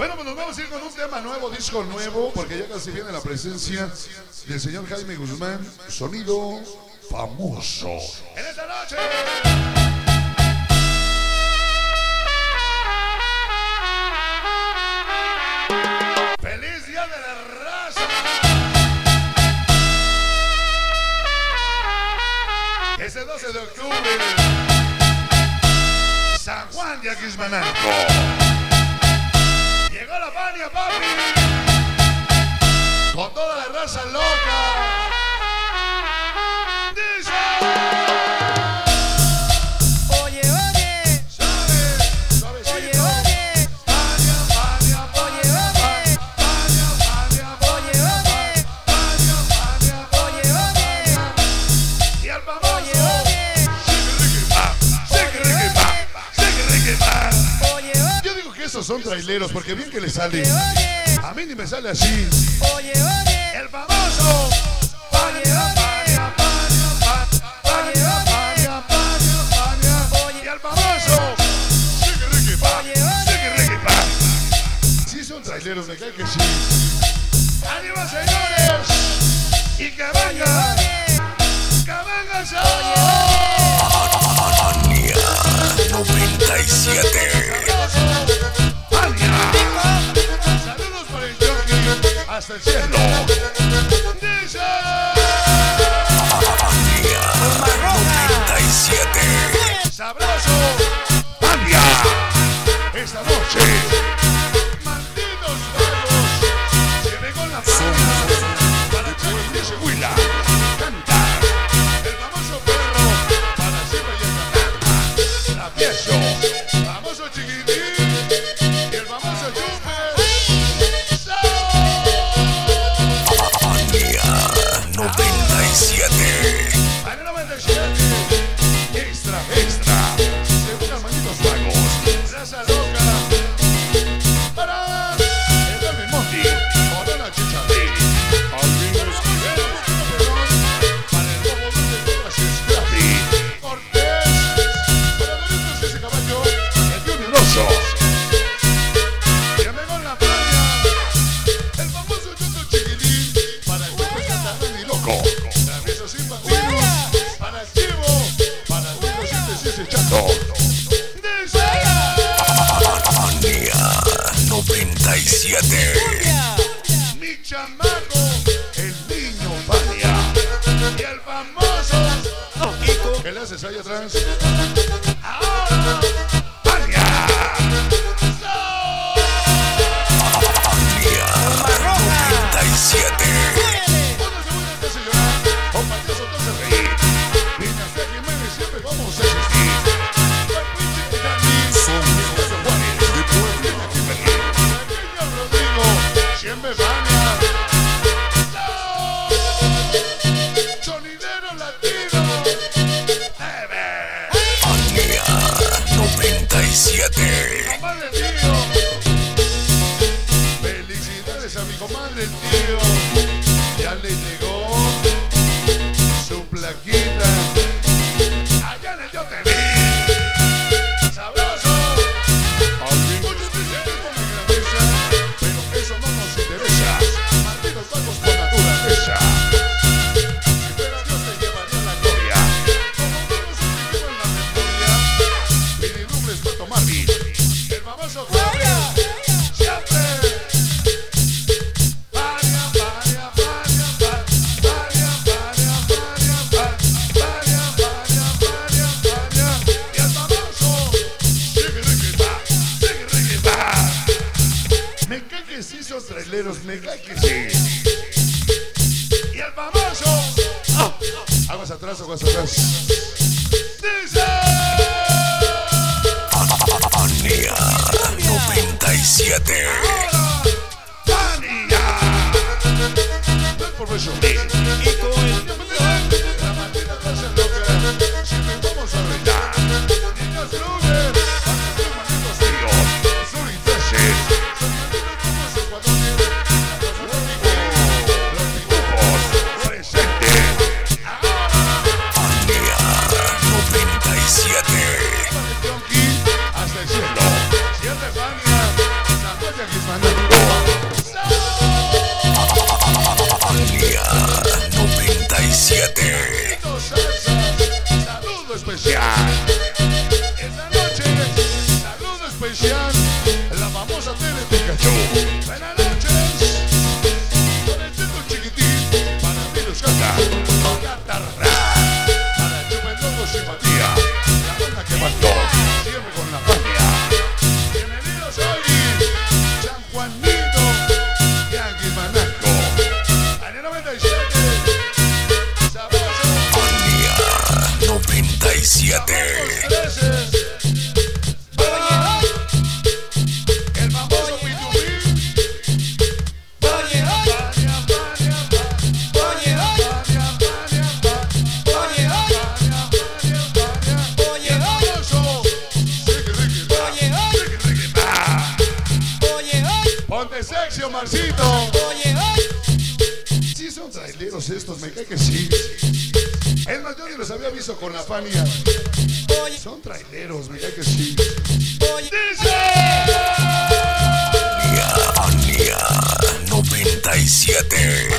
Bueno, pues nos vamos a ir con un tema nuevo, disco nuevo, porque ya casi viene la presencia del señor Jaime Guzmán, Sonido Famoso. En esta noche. ¡Feliz Día de la Raza! Ese 12 de octubre, San Juan de Aquismananco. Llegó la Fania, papi, con toda la raza loca. Dice: oye, oye, suavecito. oye, oye, Fania, Fania, oye, Fania, oye, Fania, Fania, oye, oye, Fania, Fania, oye, oye, y al famoso oye, oye, oye, yo digo que esos son traileros porque bien que le sale. oye, A mí ni me sale así. oye, oye, El famoso Fania, Fania, Fania, Fania, Fania, Fania, Fania, y el famoso sí son traileros, me cae que sí. ¡Ánimo, señores! Y que venga, que venga esa Fania 97. saludos para el jockey hasta el cielo. Dice: Fania 97. sabroso Fania. Esta noche, malditos vagos, que vengo en la Fania para Chaco dice Huila. Canta el famoso perro para siempre y en la piezo, famoso chiquitín y el famoso chupe. Fania 97. Año 97, extra, extra, según los malditos vagos, raza loca, para el Darwin Monty, Corona Chicharri, Alvin Esquivel, para el Bobo de Lucas Scrappy, Cortés, para Doritos ese caballo, el Junior Oso, que me con la playa, el famoso Choto Chiquilín, para el Choto Catarrán y Loco, travieso sin patinos, para el Chivo, para el Chivo sin Chato. Fania 97. Mi chamaco, el niño Fania, y el famoso ¿qué le haces ahí atrás? Ahora, Fania. Fania 97. Póngase muy antes de llorar, o payaso entonces reír. Dinastía Jiménez, siempre vamos a existir. El príncipe Dani, José Juárez, Dinastía Jiménez, pequeño Rodrigo, siempre Fania. Sonidero latino. Fania 97. Comadre tío, felicidades a mi comadre tío, ya le llegó su plaquita, allá en el Yo Te Vi, sabroso, muchos dicen que con mi grandeza, pero eso no nos interesa, malditos vagos por naturaleza, pero Dios te llevaría a la gloria, como vamos a vivir en la memoria, Pirinubles Pato Marvin, el famoso Fabio, siempre. Fania, Fania, Fania, Fania, Fania, Fania, Fania, Fania, Fania, Fania, y el famoso Sigiriquita. Me cae que sí son traileros, me cae que sí. Y el famoso aguas atrás, aguas atrás. Dice: Fania 97. Fania. Por eso, la maldita raza loca, siempre vamos a reinar. Niños Luger, hasta los malditos tíos, Zuri 13, son malditos como los Ecuadores, los pitujos, presente. Ahora, Fania 97. hasta el cielo, siempre Fania, San Juan de Aquismananco. Fania 97. Saludo especial. Esta noche, saludo especial. La famosa tele Pikachu. Buenas noches. Con el dedo chiquitín. Para mí los gata. Gatarra. Para Chupendongo Simpatía. La banda que mató. Siempre con la Fania. Bienvenidos hoy. San Juanito. Yankee Manaco. Año 97. Sabroso. Fania 97. El famoso P2P. Ponte sexy, Omarcito. Sí son traileros estos, me cae que sí. Es más, yo ni los había visto con la Fania. Son traileros, me cae que sí. ¡Dice! Fania 97.